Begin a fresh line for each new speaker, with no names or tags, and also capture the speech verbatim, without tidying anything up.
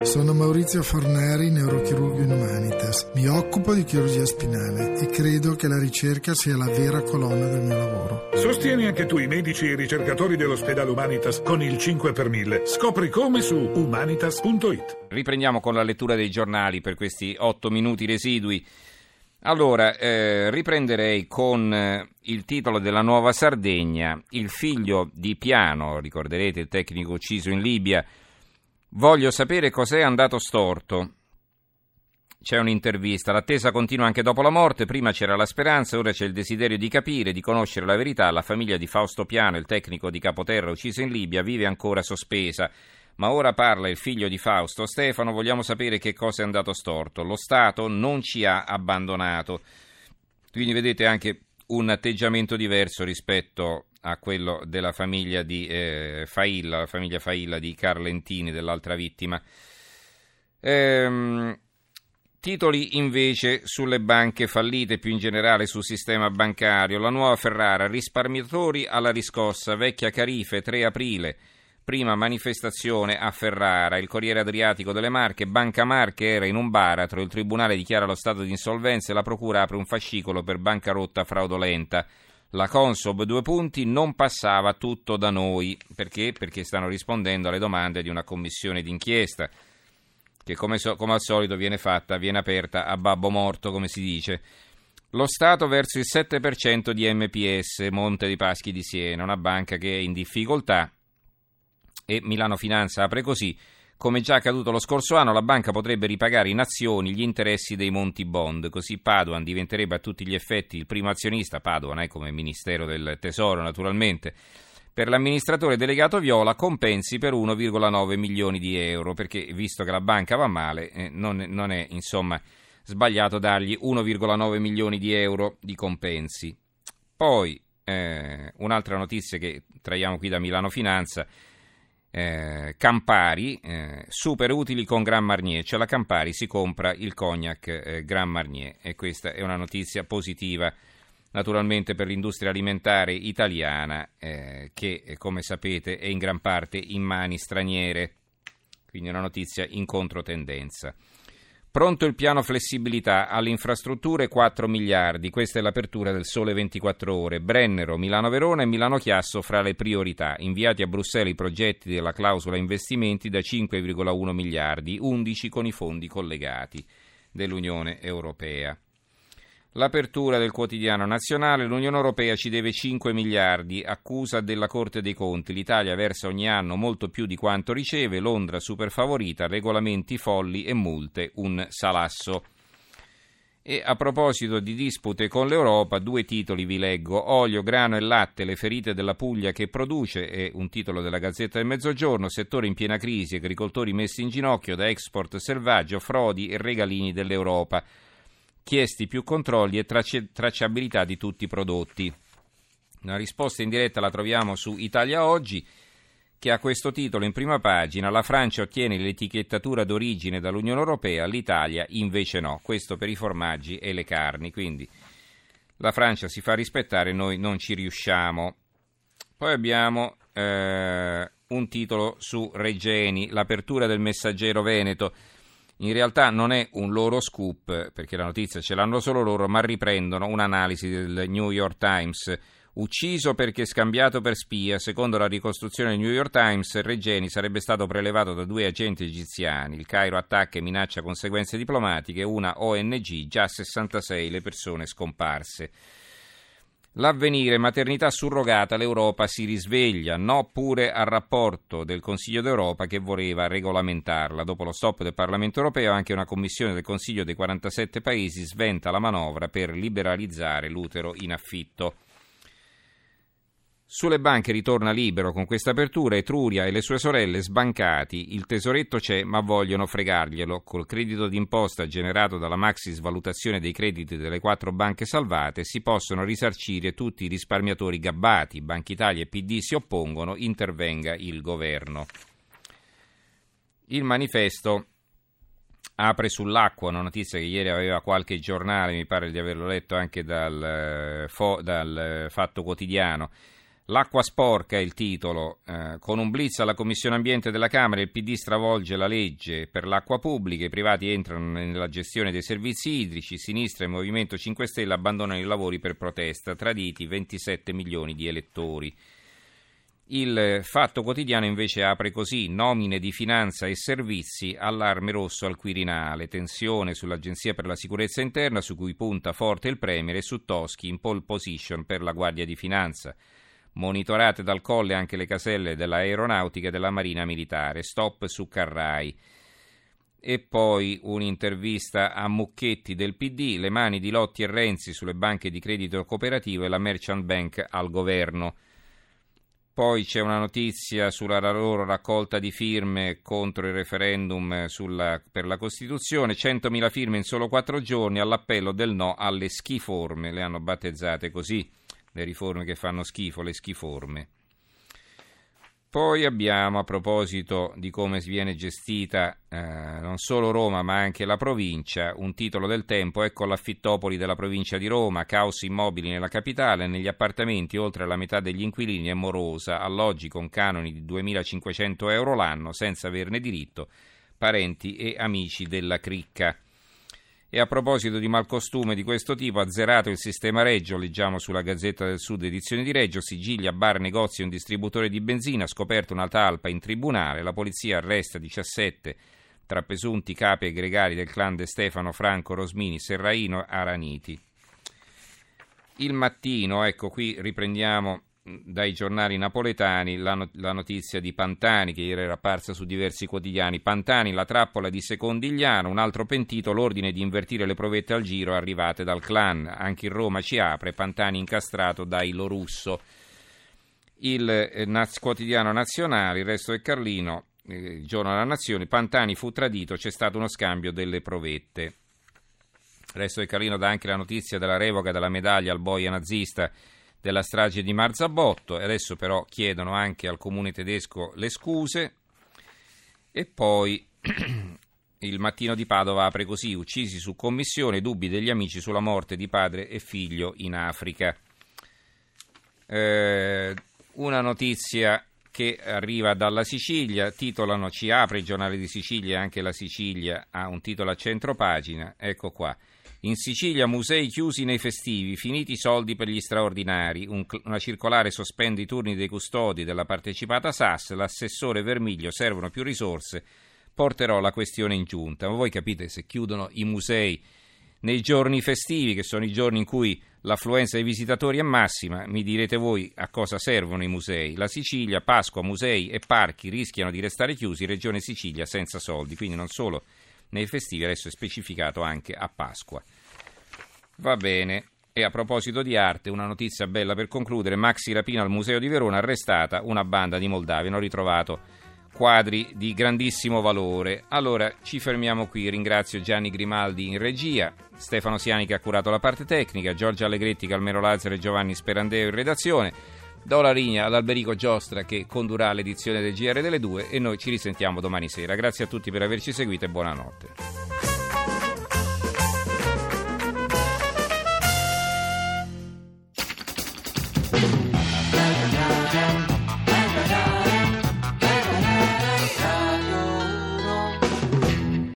Sono Maurizio Forneri, neurochirurgo in Humanitas. Mi occupo di chirurgia spinale e credo che la ricerca sia la vera colonna del mio lavoro.
Sostieni anche tu i medici e i ricercatori dell'ospedale Humanitas con il cinque per mille. Scopri come su humanitas punto it.
Riprendiamo con la lettura dei giornali per questi otto minuti residui. Allora, eh, riprenderei con eh, il titolo della Nuova Sardegna. Il figlio di Piano, ricorderete il tecnico ucciso in Libia. Voglio sapere cos'è andato storto. C'è un'intervista. L'attesa continua anche dopo la morte. Prima c'era la speranza, ora c'è il desiderio di capire, di conoscere la verità. La famiglia di Fausto Piano, il tecnico di Capoterra ucciso in Libia, vive ancora sospesa. Ma ora parla il figlio di Fausto, Stefano. Vogliamo sapere che cosa è andato storto. Lo Stato non ci ha abbandonato. Quindi vedete anche un atteggiamento diverso rispetto a quello della famiglia di eh, Failla, la famiglia Failla di Carlentini, dell'altra vittima. Ehm, titoli invece sulle banche fallite, più in generale sul sistema bancario. La nuova Ferrara, risparmiatori alla riscossa, vecchia Carife, tre aprile. Prima manifestazione a Ferrara, il Corriere Adriatico delle Marche, Banca Marche era in un baratro, il tribunale dichiara lo stato di insolvenza e la procura apre un fascicolo per bancarotta fraudolenta. La Consob, due punti, non passava tutto da noi. Perché? Perché stanno rispondendo alle domande di una commissione d'inchiesta che come, so, come al solito viene fatta, viene aperta a babbo morto, come si dice. Lo Stato verso il sette per cento di M P S, Monte dei Paschi di Siena, una banca che è in difficoltà. E Milano Finanza apre così: come già accaduto lo scorso anno, la banca potrebbe ripagare in azioni gli interessi dei Monti Bond, così Padoan diventerebbe a tutti gli effetti il primo azionista. Padoan è come Ministero del Tesoro, naturalmente. Per l'amministratore delegato Viola compensi per uno virgola nove milioni di euro, perché visto che la banca va male, eh, non, non è insomma sbagliato dargli uno virgola nove milioni di euro di compensi. Poi eh, un'altra notizia che traiamo qui da Milano Finanza. Eh, Campari, eh, super utili con Grand Marnier, cioè la Campari si compra il cognac eh, Grand Marnier, e questa è una notizia positiva naturalmente per l'industria alimentare italiana eh, che eh, come sapete è in gran parte in mani straniere, quindi una notizia in controtendenza. Pronto il piano flessibilità, alle infrastrutture quattro miliardi, questa è l'apertura del Sole ventiquattro Ore, Brennero, Milano-Verona e Milano-Chiasso fra le priorità, inviati a Bruxelles i progetti della clausola investimenti da cinque virgola uno miliardi, undici con i fondi collegati dell'Unione Europea. L'apertura del quotidiano nazionale, l'Unione Europea ci deve cinque miliardi, accusa della Corte dei Conti, l'Italia versa ogni anno molto più di quanto riceve, Londra superfavorita, regolamenti folli e multe, un salasso. E a proposito di dispute con l'Europa, due titoli vi leggo: olio, grano e latte, le ferite della Puglia che produce, è un titolo della Gazzetta del Mezzogiorno, settore in piena crisi, agricoltori messi in ginocchio da export selvaggio, frodi e regalini dell'Europa. Chiesti più controlli e traci- tracciabilità di tutti i prodotti. Una risposta in diretta la troviamo su Italia Oggi, che ha questo titolo in prima pagina: la Francia ottiene l'etichettatura d'origine dall'Unione Europea, l'Italia invece no, questo per i formaggi e le carni, quindi la Francia si fa rispettare, noi non ci riusciamo. Poi abbiamo eh, un titolo su Regeni, l'apertura del Messaggero Veneto. In realtà non è un loro scoop, perché la notizia ce l'hanno solo loro, ma riprendono un'analisi del New York Times. Ucciso perché scambiato per spia, secondo la ricostruzione del New York Times, Regeni sarebbe stato prelevato da due agenti egiziani. Il Cairo attacca e minaccia conseguenze diplomatiche, una O N G, già sessantasei le persone scomparse. L'Avvenire, maternità surrogata, l'Europa si risveglia, no pure al rapporto del Consiglio d'Europa che voleva regolamentarla. Dopo lo stop del Parlamento europeo, anche una commissione del Consiglio dei quarantasette paesi sventa la manovra per liberalizzare l'utero in affitto. Sulle banche ritorna Libero con questa apertura, Etruria e le sue sorelle sbancati, il tesoretto c'è ma vogliono fregarglielo, col credito d'imposta generato dalla maxi svalutazione dei crediti delle quattro banche salvate si possono risarcire tutti i risparmiatori gabbati, Banca Italia e P D si oppongono, intervenga il governo. Il Manifesto apre sull'acqua, una notizia che ieri aveva qualche giornale, mi pare di averlo letto anche dal, dal Fatto Quotidiano. L'acqua sporca è il titolo. Eh, con un blitz alla Commissione Ambiente della Camera il P D stravolge la legge per l'acqua pubblica, i privati entrano nella gestione dei servizi idrici, Sinistra e Movimento cinque Stelle abbandonano i lavori per protesta, traditi ventisette milioni di elettori. Il Fatto Quotidiano invece apre così: nomine di finanza e servizi, allarme rosso al Quirinale, tensione sull'Agenzia per la Sicurezza Interna su cui punta forte il Premier e su Toschi in pole position per la Guardia di Finanza. Monitorate dal Colle anche le caselle dell'aeronautica e della Marina Militare, stop su Carrai. E poi un'intervista a Mucchetti del P D, le mani di Lotti e Renzi sulle banche di credito cooperativo e la Merchant Bank al governo. Poi c'è una notizia sulla loro raccolta di firme contro il referendum sulla, per la Costituzione, centomila firme in solo quattro giorni all'appello del no alle schiforme, le hanno battezzate così. Le riforme che fanno schifo, le schiforme. Poi abbiamo, a proposito di come si viene gestita eh, non solo Roma ma anche la provincia, un titolo del Tempo: ecco l'affittopoli della provincia di Roma, caos immobili nella capitale, negli appartamenti oltre la metà degli inquilini è morosa, alloggi con canoni di duemilacinquecento euro l'anno senza averne diritto, parenti e amici della cricca. E a proposito di malcostume di questo tipo, azzerato il sistema Reggio, leggiamo sulla Gazzetta del Sud, edizione di Reggio, Sigilia, bar, negozi e un distributore di benzina, scoperto una talpa in tribunale, la polizia arresta diciassette tra presunti capi e gregari del clan De Stefano, Franco, Rosmini, Serraino, Araniti. Il Mattino, ecco qui riprendiamo dai giornali napoletani la, not- la notizia di Pantani, che ieri era apparsa su diversi quotidiani. Pantani, la trappola di Secondigliano, un altro pentito, l'ordine di invertire le provette al giro arrivate dal clan. Anche il Roma ci apre, Pantani incastrato da Ilo Russo. Il eh, naz- quotidiano nazionale, il Resto del Carlino, eh, il giorno della Nazione, Pantani fu tradito, c'è stato uno scambio delle provette. Il Resto del Carlino dà anche la notizia della revoca della medaglia al boia nazista della strage di Marzabotto, e adesso però chiedono anche al comune tedesco le scuse. E poi il Mattino di Padova apre così: uccisi su commissione, dubbi degli amici sulla morte di padre e figlio in Africa. Eh, una notizia che arriva dalla Sicilia, titolano ci apre il giornale di Sicilia, anche la Sicilia ha un titolo a centropagina, ecco qua. In Sicilia musei chiusi nei festivi, finiti i soldi per gli straordinari, un, una circolare sospende i turni dei custodi della partecipata S A S, l'assessore Vermiglio, servono più risorse, porterò la questione in giunta. Ma voi capite, se chiudono i musei nei giorni festivi, che sono i giorni in cui l'affluenza dei visitatori è massima, mi direte voi a cosa servono i musei. La Sicilia, Pasqua, musei e parchi rischiano di restare chiusi, Regione Sicilia senza soldi, quindi non solo nei festivi, adesso è specificato anche a Pasqua. Va bene. E a proposito di arte, una notizia bella per concludere: maxi rapina al Museo di Verona, arrestata una banda di moldavi, hanno ritrovato quadri di grandissimo valore. Allora ci fermiamo qui, ringrazio Gianni Grimaldi in regia, Stefano Siani che ha curato la parte tecnica, Giorgio Allegretti, Calmero Lazzaro e Giovanni Sperandeo in redazione. Do la linea ad Alberico Giostra che condurrà l'edizione del G R delle due e noi ci risentiamo domani sera. Grazie a tutti per averci seguito e buonanotte.